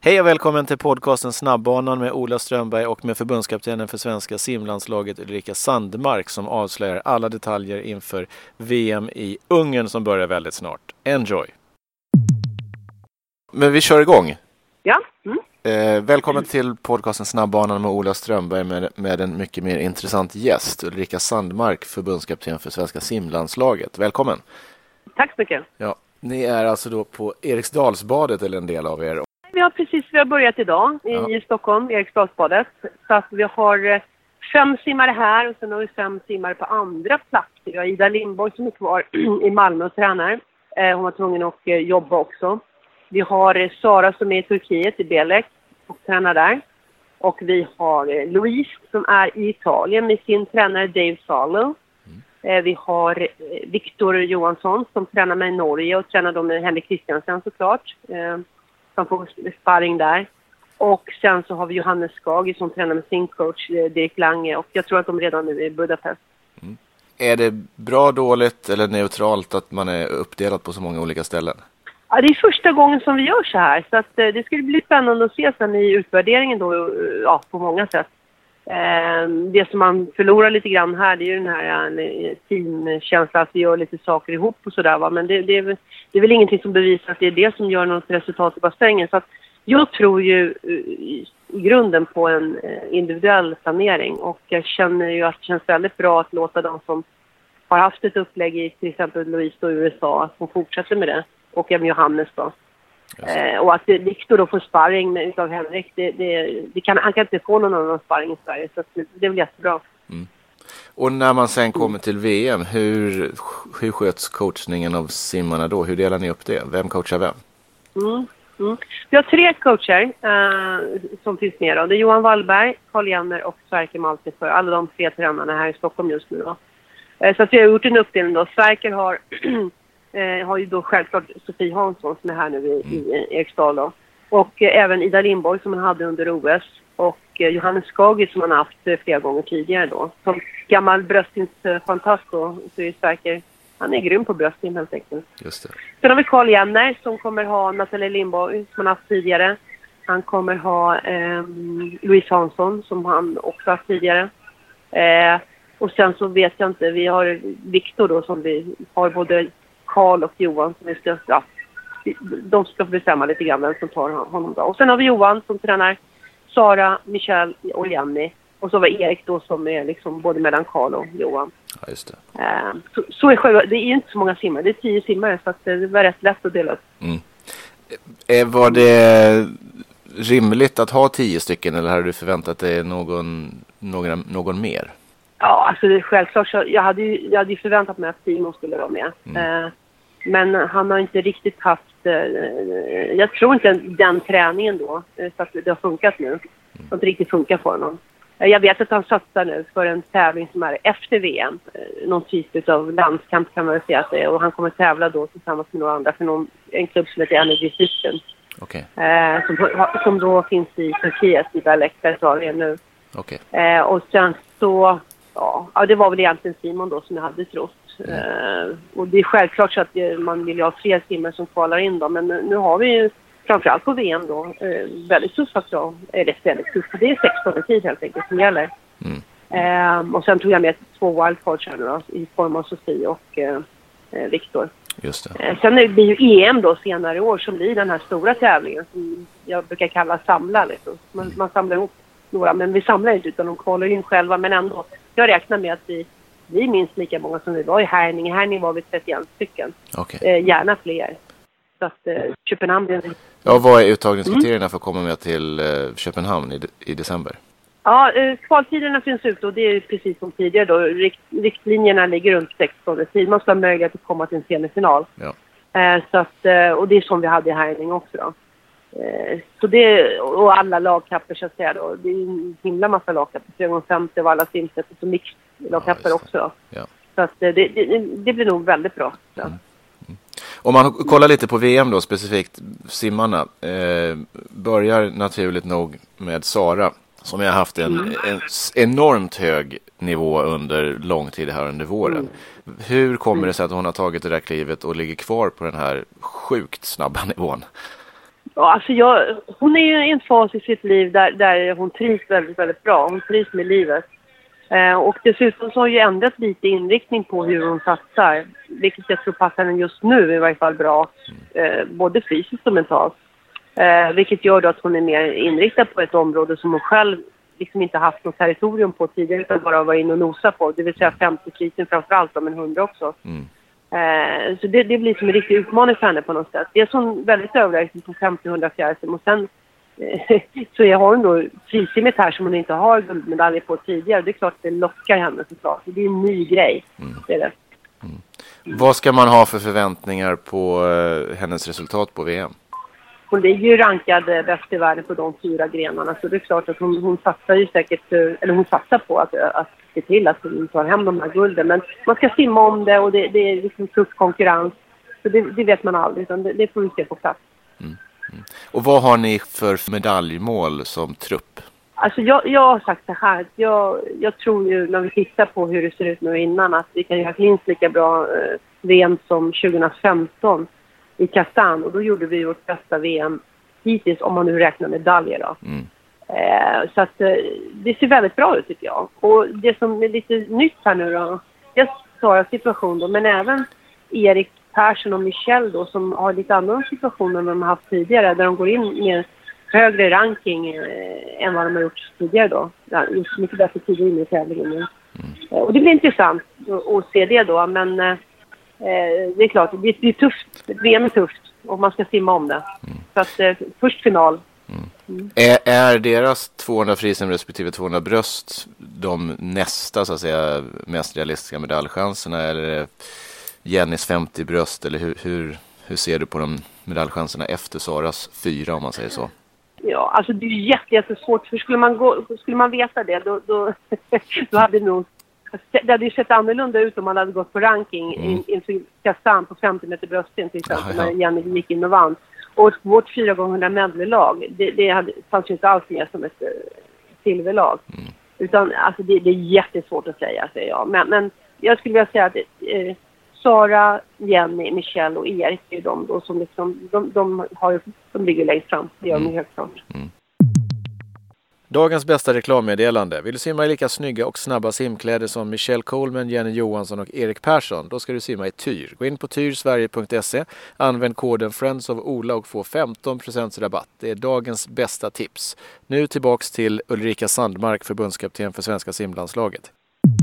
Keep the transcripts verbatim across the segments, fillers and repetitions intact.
Hej och välkommen till podcasten Snabbbanan med Ola Strömberg och med förbundskaptenen för svenska simlandslaget Ulrika Sandmark som avslöjar alla detaljer inför V M i Ungern som börjar väldigt snart. Enjoy! Men vi kör igång. Ja. Mm. Eh, välkommen till podcasten Snabbbanan med Ola Strömberg med, med en mycket mer intressant gäst, Ulrika Sandmark, förbundskapten för svenska simlandslaget. Välkommen! Tack så mycket! Ja, ni är alltså då på Eriksdalsbadet eller en del av er? Vi har precis vi har börjat idag i ja. Stockholm, Eriksdalsbadet. Så att vi har fem simmare här och sen har vi fem simmare på andra platser. Vi har Ida Lindborg som är kvar i Malmö och tränar. Hon var tvungen att jobba också. Vi har Sara som är i Turkiet, i Belek, och tränar där. Och vi har Louise som är i Italien med sin tränare Dave Salo. Mm. Vi har Viktor Johansson som tränar med i Norge och tränar då med Henrik Kristiansen såklart. Som får sparring där. Och sen så har vi Johannes Skag som tränar med sin coach Dirk Lange. Och jag tror att de redan nu är i Budapest. Mm. Är det bra, dåligt eller neutralt att man är uppdelad på så många olika ställen? Ja, det är första gången som vi gör så här. Så att, det skulle bli spännande att se sen i utvärderingen då, ja, på många sätt. Eh, det som man förlorar lite grann här, det är ju den här eh, teamkänslan att vi gör lite saker ihop och sådär, va. Men det, det, är, det är väl ingenting som bevisar att det är det som gör något resultat i bassängen. Så att jag tror ju i, i grunden på en eh, individuell planering. Och jag känner ju att det känns väldigt bra att låta de som har haft ett upplägg i till exempel Louise och U S A att de fortsätter med det. Och även Johannes då. Eh, och att Viktor då får sparring med, utav Henrik, det, det, det kan, han kan inte få någon annan sparring i Sverige, så det, det är väl jättebra. Mm. Och när man sen kommer till V M, hur, hur sköts coachningen av simmarna då? Hur delar ni upp det? Vem coachar vem? Mm. Mm. Vi har tre coacher eh, som finns med då. Det är Johan Wallberg, Carl Jenner och Sverker Malte för alla de tre tränarna här i Stockholm just nu då. Eh, så att vi har gjort en uppdelning då. Sverker har Eh, har ju då självklart Sofie Hansson som är här nu i, mm. i Eriksdal då. Och eh, även Ida Lindborg som han hade under O S. Och eh, Johannes Skagi som han har haft eh, flera gånger tidigare då. Som gammal bröstsimsfantast då, så är Sverker, han är grym på bröstsim helt enkelt. Just det. Sen har vi Carl Jenner som kommer ha Nathalie Lindborg som han har haft tidigare. Han kommer ha eh, Louise Hansson som han också haft tidigare. Eh, och sen så vet jag inte, vi har Viktor då som vi har både Karl och Johan som ska, ja, de ska bestämma lite grann vem som tar honom då. Och sen har vi Johan som tränar Sara, Michelle och Jenny. Och så var Erik då som är liksom både mellan Karl och Johan. Ja, just det. Eh, så, så är själva, det är inte så många simmare, det är tio simmare så att det var rätt lätt att dela upp. Mm. Eh, var det rimligt att ha tio stycken eller hade du förväntat dig någon, någon, någon mer? Ja, alltså det är självklart så jag hade ju, jag hade ju förväntat mig att Simon skulle vara med. Mm. Eh, men han har inte riktigt haft, eh, jag tror inte den träningen då, eh, så att det har funkat nu. Mm. Det har inte riktigt funkat för honom. Eh, jag vet att han satsar nu för en tävling som är efter V M. Eh, någon typ av landskamp kan man väl säga att det är. Och han kommer tävla då tillsammans med några andra för någon, en klubb som heter Energy System. Okay. Eh, som, som då finns i Turkiet, i Belek, där tar det nu. Okay. Eh, och sen så Ja, det var väl egentligen Simon då som jag hade trott. Mm. Uh, och det är självklart så att man vill ha fler simmare som kvalar in då. Men nu har vi ju framförallt på V M då uh, väldigt tuffa krav. Eller väldigt tuffa. Det är sexton tid helt enkelt som gäller. Mm. Uh, och sen tog jag med två wildcards här nu då, i form av Sofie och uh, uh, Viktor. Just det. Uh, sen är det ju E M då senare i år som blir den här stora tävlingen som jag brukar kalla samla liksom. Man, mm. man samlar ihop några, men vi samlar inte utan de kvalar in själva, men ändå. Jag räknar med att vi, vi är minst lika många som vi var i Härning. I Härning var vi trettioen stycken. Okay. Eh, gärna fler. Så att eh, Köpenhamn blir en... Ja, vad är uttagningskriterierna mm. för att komma med till eh, Köpenhamn i, de, i december? Ja, eh, kvaltiderna finns ut och det är precis som tidigare då. Rikt, riktlinjerna ligger runt sexton tid. Man ska ha möjlighet att komma till en semifinal. Ja. Eh, så att, eh, och det är som vi hade i Härning också då. Så det, och alla lagkapper så att säga då, det är en himla massa lagkapper, tre gånger femtio av alla simsätter och mix lagkapper ja, också då. Ja. Så att det, det, det blir nog väldigt bra. Så. Mm. Mm. Om man kollar lite på V M då, specifikt simmarna, eh, börjar naturligt nog med Sara som har haft en, mm. en enormt hög nivå under lång tid här under våren. Mm. Hur kommer det sig att hon har tagit det där klivet och ligger kvar på den här sjukt snabba nivån? Ja, alltså jag, hon är ju i en fas i sitt liv där, där hon trivs väldigt, väldigt bra. Hon trivs med livet. Eh, och dessutom så har hon ju ändrat lite inriktning på hur hon satsar. Vilket jag tror passar henne just nu i varje fall bra. Eh, både fysiskt och mentalt. Eh, vilket gör då att hon är mer inriktad på ett område som hon själv liksom inte haft något territorium på tidigare utan bara var in och nosa på. Det vill säga femtio-sliten framförallt, men hundra också. Mm. Eh, så det, det blir som en riktig utmaning för henne på något sätt. Det är som väldigt överlägsen på femtio hundra fjärsem och sen eh, så jag har hon då frisimmet här som hon inte har guldmedaljer på tidigare. Det är klart att det lockar henne såklart. Det är en ny grej. Mm. Det är det. Mm. Mm. Vad ska man ha för förväntningar på eh, hennes resultat på V M? Hon är ju rankad bäst i världen på de fyra grenarna. Så det är klart att hon, hon satsar ju säkert, eller hon satsar på att, att se till att hon tar hem de här gulden. Men man ska simma om det och det, det är liksom tuff konkurrens. Så det, det vet man aldrig, utan det, det får vi se på plats. Mm. Mm. Och vad har ni för medaljmål som trupp? Alltså jag, jag har sagt det här. Jag, jag tror ju när vi tittar på hur det ser ut nu innan att vi kan göra minst lika bra eh, V M som tjugohundrafemton. I Kazan, och då gjorde vi vårt bästa V M hittills om man nu räknar medaljer då. Mm. Eh, så att eh, det ser väldigt bra ut tycker jag. Och det som är lite nytt här nu då, jag sa situation då, men även Erik Persson och Michelle då som har lite annan situation än de har haft tidigare där de går in med högre ranking eh, än vad de har gjort tidigare då. Ja, just mycket bättre tidigare in i tävlingen. Mm. Eh, och det blir intressant att, att se det då, men eh, det är klart, det är tufft. V M är tufft och man ska simma om det. Mm. Så att eh, först final. Mm. Mm. Är, är deras tvåhundra frisim respektive tvåhundra bröst de nästa så att säga mest realistiska medaljchanserna eller är det Jennys femtio bröst eller hur, hur, hur ser du på de medaljchanserna efter Saras fyra om man säger så? Ja, alltså det är ju jätte, jättesvårt för skulle man, gå, skulle man veta det då, då, då hade det nog det hade ju sett annorlunda ut om man hade gått på ranking mm. inför Kazan på femtio meter bröststen till exempel när Jenny gick in och vann. Och vårt fyra gånger hundra medleylag, det, det hade, fanns ju inte alls med som ett uh, silverlag. Mm. Utan alltså det, det är jättesvårt att säga, säger jag. Men, men jag skulle vilja säga att eh, Sara, Jenny, Michelle och Erik är de då som liksom, de, de, har, de ligger längst fram. Det gör de mm. helt klart. Mm. Dagens bästa reklammeddelande. Vill du simma i lika snygga och snabba simkläder som Michelle Coleman, Jenny Johansson och Erik Persson? Då ska du simma i Tyr. Gå in på tyrsverige punkt se, använd koden Friends of Ola och få femton procent rabatt. Det är dagens bästa tips. Nu tillbaks till Ulrika Sandmark, förbundskapten för svenska simlandslaget.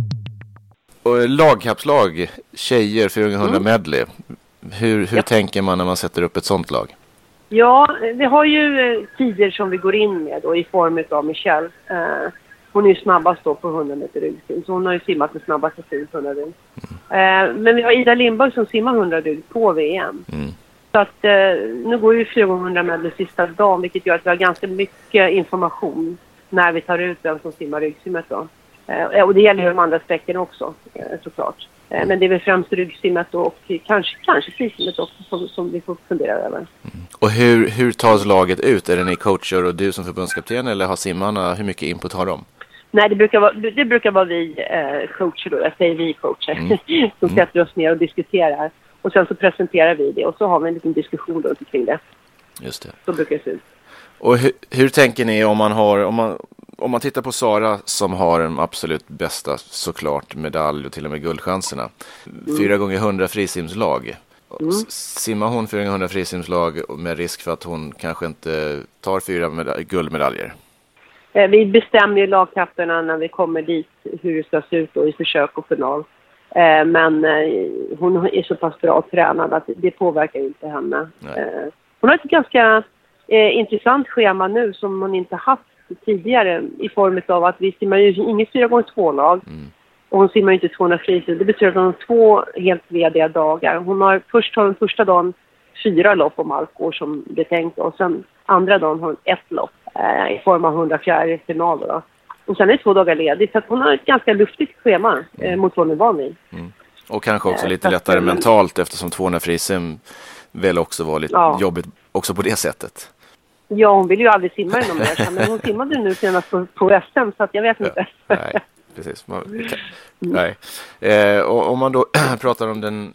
Och lagkapslag, tjejer fyrahundra mm. medley. Hur, hur ja. tänker man när man sätter upp ett sånt lag? Ja, vi har ju eh, tider som vi går in med då, i form av Michelle. Eh, hon är ju snabbast då på hundra meter ryggsim, så hon har ju simmat det snabbaste tid på hundra rygg. Mm. Eh, men vi har Ida Lindberg som simmar hundra rygg på V M. Mm. Så att eh, nu går ju fyra gånger hundra medley sista dagen, vilket gör att vi har ganska mycket information när vi tar ut vem som simmar ryggsimmet då. Eh, och det gäller ju de andra sträckorna också, eh, såklart. Eh, men det är väl främst ryggsimmet och kanske, kanske frisimmet också som, som vi får fundera över. Mm. Och hur, hur tas laget ut? Är det ni coacher och du som förbundskapten eller har simmarna, hur mycket input har de? Nej, det brukar vara, det brukar vara vi eh, coacher då, jag säger vi coacher, mm. som sätter mm. oss ner och diskuterar. Och sen så presenterar vi det och så har vi en liten diskussion runt omkring det. Just det. Så brukar det se ut. Och hur, hur tänker ni om man har, om man, om man tittar på Sara som har den absolut bästa såklart medalj och till och med guldchanserna. Mm. Fyra gånger hundra frisimslag. Mm. Simmar hon fyra gånger hundra frisimslag med risk för att hon kanske inte tar fyra medalj, guldmedaljer? Eh, vi bestämmer ju lagkapterna när vi kommer dit hur det ska se ut då i försök och final. Eh, men eh, hon är så pass bra tränad att det påverkar inte henne. Eh, hon har ett ganska eh, intressant schema nu som hon inte haft tidigare i form av att vi simmar ju inget fyra gånger två lag. Mm. Och hon simmar inte tvåhundra frisim. Det betyder att hon har två helt lediga dagar. Hon har först har den första dagen fyra lopp om allt går som det tänkt. Och sen andra dagen har hon ett lopp eh, i form av hundrafjärde final då. Och sen är det två dagar ledigt. Så att hon har ett ganska luftigt schema eh, mot vad hon är van vid. Mm. Och kanske också lite lättare mentalt eftersom tvåhundra frisim väl också var lite ja. jobbigt också på det sättet. Ja, hon vill ju aldrig simma inom det. Men hon simmade nu senast på, på S M så att jag vet inte. Ja, nej, precis. Man, kan, nej. Eh, och om man då pratar om den,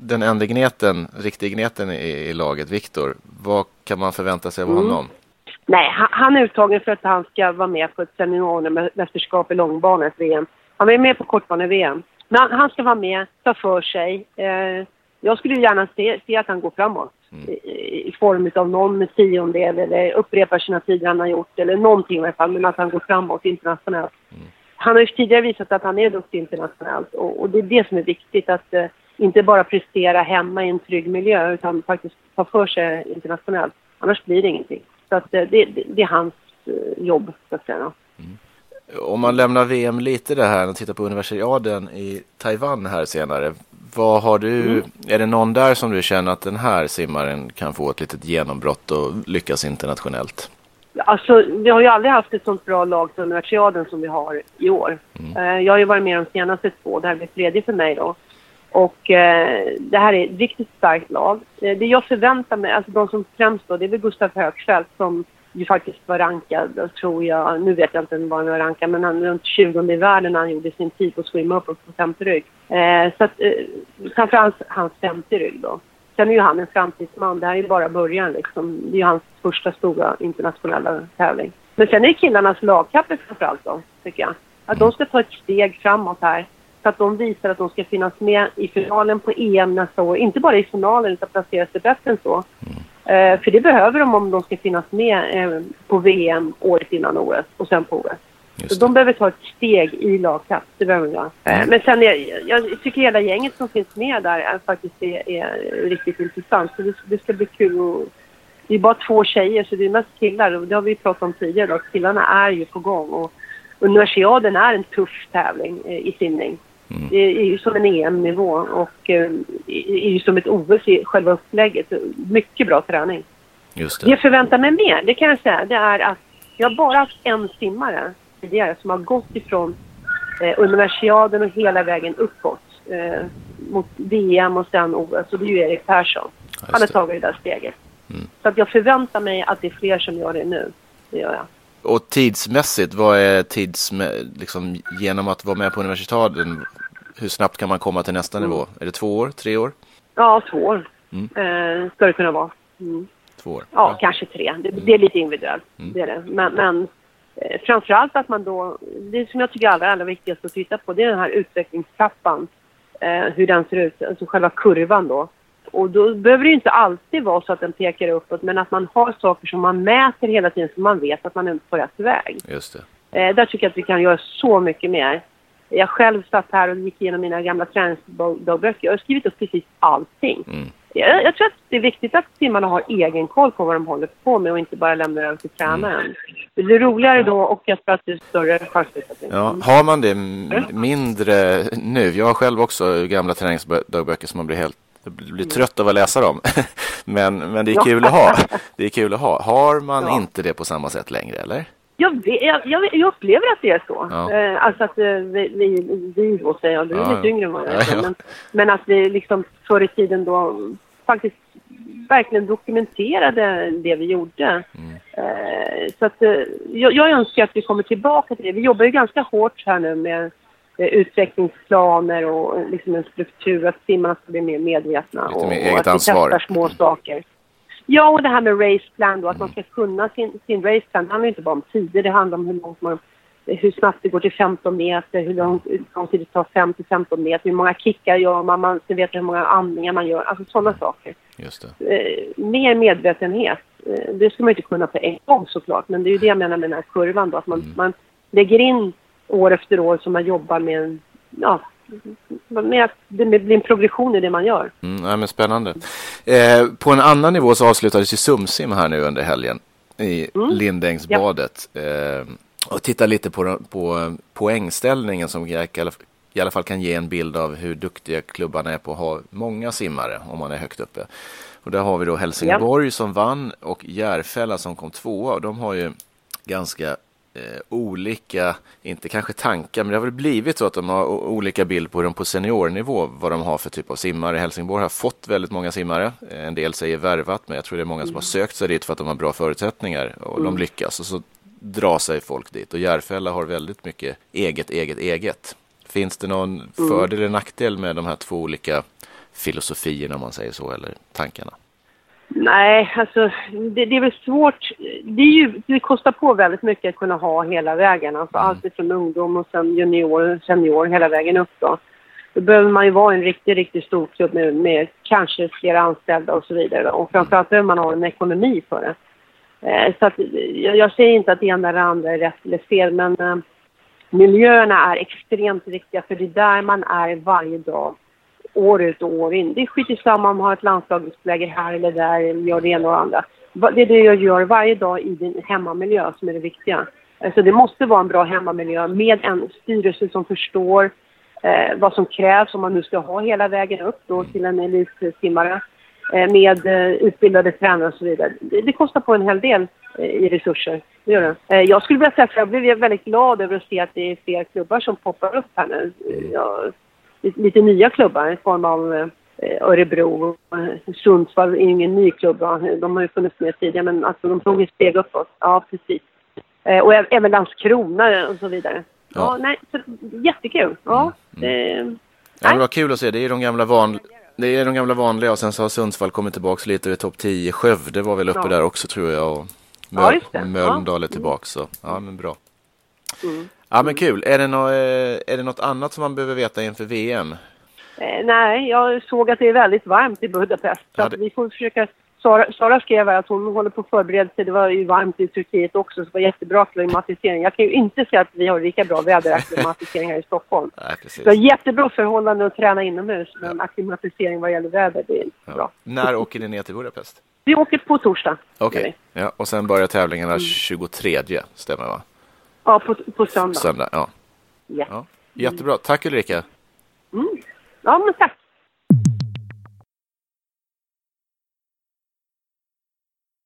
den enda gneten, riktig gneten i, i laget, Viktor. Vad kan man förvänta sig av Mm. honom? Nej, han, han är uttagen för att han ska vara med på ett seniormästerskap i långbana V M. Han är med på kortbane-V M. Men han, han ska vara med, ta för sig. Eh, jag skulle gärna se, se att han går framåt. Mm. I, I form av någon tiondel eller upprepar sina tider han har gjort. Eller någonting i alla fall, men att han går framåt internationellt. Mm. Han har ju tidigare visat att han är duktig internationellt. Och, och det är det som är viktigt, att eh, inte bara prestera hemma i en trygg miljö, utan faktiskt ta för sig internationellt. Annars blir det ingenting. Så att, eh, det, det, det är hans eh, jobb, så att säga. Mm. Om man lämnar V M lite det här och tittar på universiaden i Taiwan här senare. Vad har du, mm. är det någon där som du känner att den här simmaren kan få ett litet genombrott och lyckas internationellt? Alltså, vi har ju aldrig haft ett sånt bra lag som universiaden som vi har i år. Mm. Jag har ju varit med de senaste två, det här blir tredje för mig då. Och eh, det här är ett riktigt starkt lag. Det jag förväntar mig, alltså de som främst då, det är väl Gustav Högfeldt som ju faktiskt var rankad, tror jag, nu vet jag inte vad han var rankad, men han runt tjugonde i världen när han gjorde sin tid på swim up på femte rygg. Eh, så att, eh, framförallt hans femte rygg då. Sen är ju han en framtidsman, det här är ju bara början liksom. Det är ju hans första stora internationella tävling. Men sen är det killarnas lagkapper framförallt då, tycker jag. Att de ska ta ett steg framåt här. Så att de visar att de ska finnas med i finalen på E M nästa år. Inte bara i finalen utan placera sig bättre än så. Mm. Eh, för det behöver de om de ska finnas med eh, på V M året innan O S och sen på O S. Så de behöver ta ett steg i lagkapp, det behöver de göra. Mm. Eh, men sen är, jag tycker hela gänget som finns med där är faktiskt är, är riktigt intressant. Så det, det ska bli kul. Och, det är bara två tjejer så det är mest killar. Och det har vi pratat om tidigare då. Killarna är ju på gång och universiaden är en tuff tävling eh, i simning. Mm. Det är ju som en E M-nivå och eh, är ju som ett O S i själva upplägget. Mycket bra träning. Just det. Det jag förväntar mig mer, det kan jag säga, det är att jag har bara haft en simmare tidigare som har gått ifrån eh, universiaden och hela vägen uppåt eh, mot V M och sen O S. Och det är ju Erik Persson. Han har tagit det där steget. Mm. Så att jag förväntar mig att det är fler som gör det nu. Det gör jag. Och tidsmässigt, vad är tids liksom, genom att vara med på universiteten, hur snabbt kan man komma till nästa mm. nivå? Är det två år, tre år? Ja, två år mm. eh, ska det kunna vara. Mm. Två år? Ja, ja, kanske tre. Det, det är lite individuellt. Mm. Det är det. Men, men eh, framförallt att man då, det som jag tycker är allra, allra viktigast att titta på, det är den här utvecklingstrappan. Eh, hur den ser ut, alltså själva kurvan då. Och då behöver det ju inte alltid vara så att den pekar uppåt, men att man har saker som man mäter hela tiden så man vet att man är på rätt väg. Just det. Eh, där tycker jag att vi kan göra så mycket mer. Jag själv satt här och gick igenom mina gamla träningsdagböcker. Jag har skrivit upp precis allting. Mm. Jag, jag tror att det är viktigt att simmarna har egen koll på vad de håller på med och inte bara lämnar över till tränaren. Mm. Det blir roligare då och jag tror att det är större chanser. Ja, har man det mindre nu? Jag har själv också gamla träningsdagböcker som man blir helt Jag blir trött av att läsa dem. men, men det är kul att ha. Det är kul att ha. Har man ja. inte det på samma sätt längre, eller? Jag, vet, jag, jag, jag upplever att det är så. Ja. Eh, alltså att eh, vi, vi, vi då säger jag, du är ja, lite yngre än vad jag är. Ja, ja. Men, men att vi liksom förr i tiden då faktiskt verkligen dokumenterade det vi gjorde. Mm. Eh, så att eh, jag, jag önskar att vi kommer tillbaka till det. Vi jobbar ju ganska hårt här nu med utvecklingsplaner och liksom en struktur att simmarna ska bli mer medvetna och, och att vi testar små saker. Ja, och det här med raceplan då, att man ska kunna sin, sin raceplan. Det handlar inte bara om tider, det handlar om hur långt man, hur snabbt det går till femton meter, hur långt det tar fem till femton meter, hur många kickar gör man, man ska veta hur många andningar man gör, alltså sådana saker. Just det. Eh, mer medvetenhet, eh, det ska man inte kunna på en gång såklart, men det är ju det jag menar med den här kurvan då, att man, mm. man lägger in år efter år som man jobbar med en, ja, med att det blir en progression i det man gör. Mm, ja, men spännande. Eh, på en annan nivå så avslutades ju Sumsim här nu under helgen i mm. Lindängsbadet. Ja. Eh, och titta lite på, på poängställningen som i alla, i alla fall kan ge en bild av hur duktiga klubbarna är på att ha många simmare om man är högt uppe. Och där har vi då Helsingborg ja. som vann och Järfälla som kom tvåa. Och de har ju ganska Eh, olika, inte kanske tankar, men det har väl blivit så att de har olika bild på dem på seniornivå, vad de har för typ av simmare. Helsingborg har fått väldigt många simmare, en del säger värvat, men jag tror det är många som har sökt sig dit för att de har bra förutsättningar och mm. de lyckas, och så drar sig folk dit. Och Järfälla har väldigt mycket eget, eget, eget. Finns det någon mm. fördel eller nackdel med de här två olika filosofierna om man säger så, eller tankarna? Nej, alltså det, det är väl svårt. Det, är ju, det kostar på väldigt mycket att kunna ha hela vägen. Alltså mm. allt från ungdom och sen junior, senior hela vägen upp då. Då behöver man ju vara en riktigt, riktigt stor klubb med, med kanske flera anställda och så vidare. Då. Och framförallt behöver man ha en ekonomi för det. Eh, så att, jag, jag säger inte att det ena eller andra är rätt eller fel, men eh, miljöerna är extremt viktiga, för det är där man är varje dag, år ut och år in. Det är skit i samma om man har ett landslagsläger här eller där, gör det ena och andra. Det är det jag gör varje dag i din hemmamiljö som är det viktiga. Så det måste vara en bra hemmamiljö med en styrelse som förstår eh, vad som krävs om man nu ska ha hela vägen upp då till en elitsimmare eh, med eh, utbildade tränare och så vidare. Det, det kostar på en hel del eh, i resurser. Det gör det. Eh, jag skulle vilja säga att jag blev väldigt glad över att se att det är fler klubbar som poppar upp här nu. Jag, lite nya klubbar i form av eh, Örebro. Sundsvall är ingen ny klubb. De har ju funnits med tidigare, men alltså, de tog ett steg uppåt. Ja, precis. Eh, och även Landskrona och så vidare. Ja, ja nej, så, jättekul. Ja, mm. mm. Det, ja, det var kul att se. Det är de gamla vanliga. Det är de gamla vanliga och sen så har Sundsvall kommit tillbaka lite i topp tio. Skövde var väl uppe ja. där också tror jag. Och Mö- ja, Mölndal är tillbaka. Så. Ja, men bra. Mm. Ja, men kul. Är det, nå- är det något annat som man behöver veta inför V M? Eh, nej, jag såg att det är väldigt varmt i Budapest. Så ja, det... att vi får försöka... Sara, Sara skrev att hon håller på att förbereda sig. Det var ju varmt i Turkiet också, så det var jättebra klimatisering. Jag kan ju inte säga att vi har lika bra väderaklimatisering här i Stockholm. Nej, precis. Det är jättebra förhållande att träna inomhus, men akklimatisering vad gäller väder, det är inte ja. bra. När åker ni ner till Budapest? Vi åker på torsdag. Okej, okay. ja, och sen börjar tävlingarna mm. tjugotredje, stämmer va? Ja, på, på söndag. Söndag, ja. Yeah. ja. Jättebra, tack Ulrika. Mm. Ja, men tack.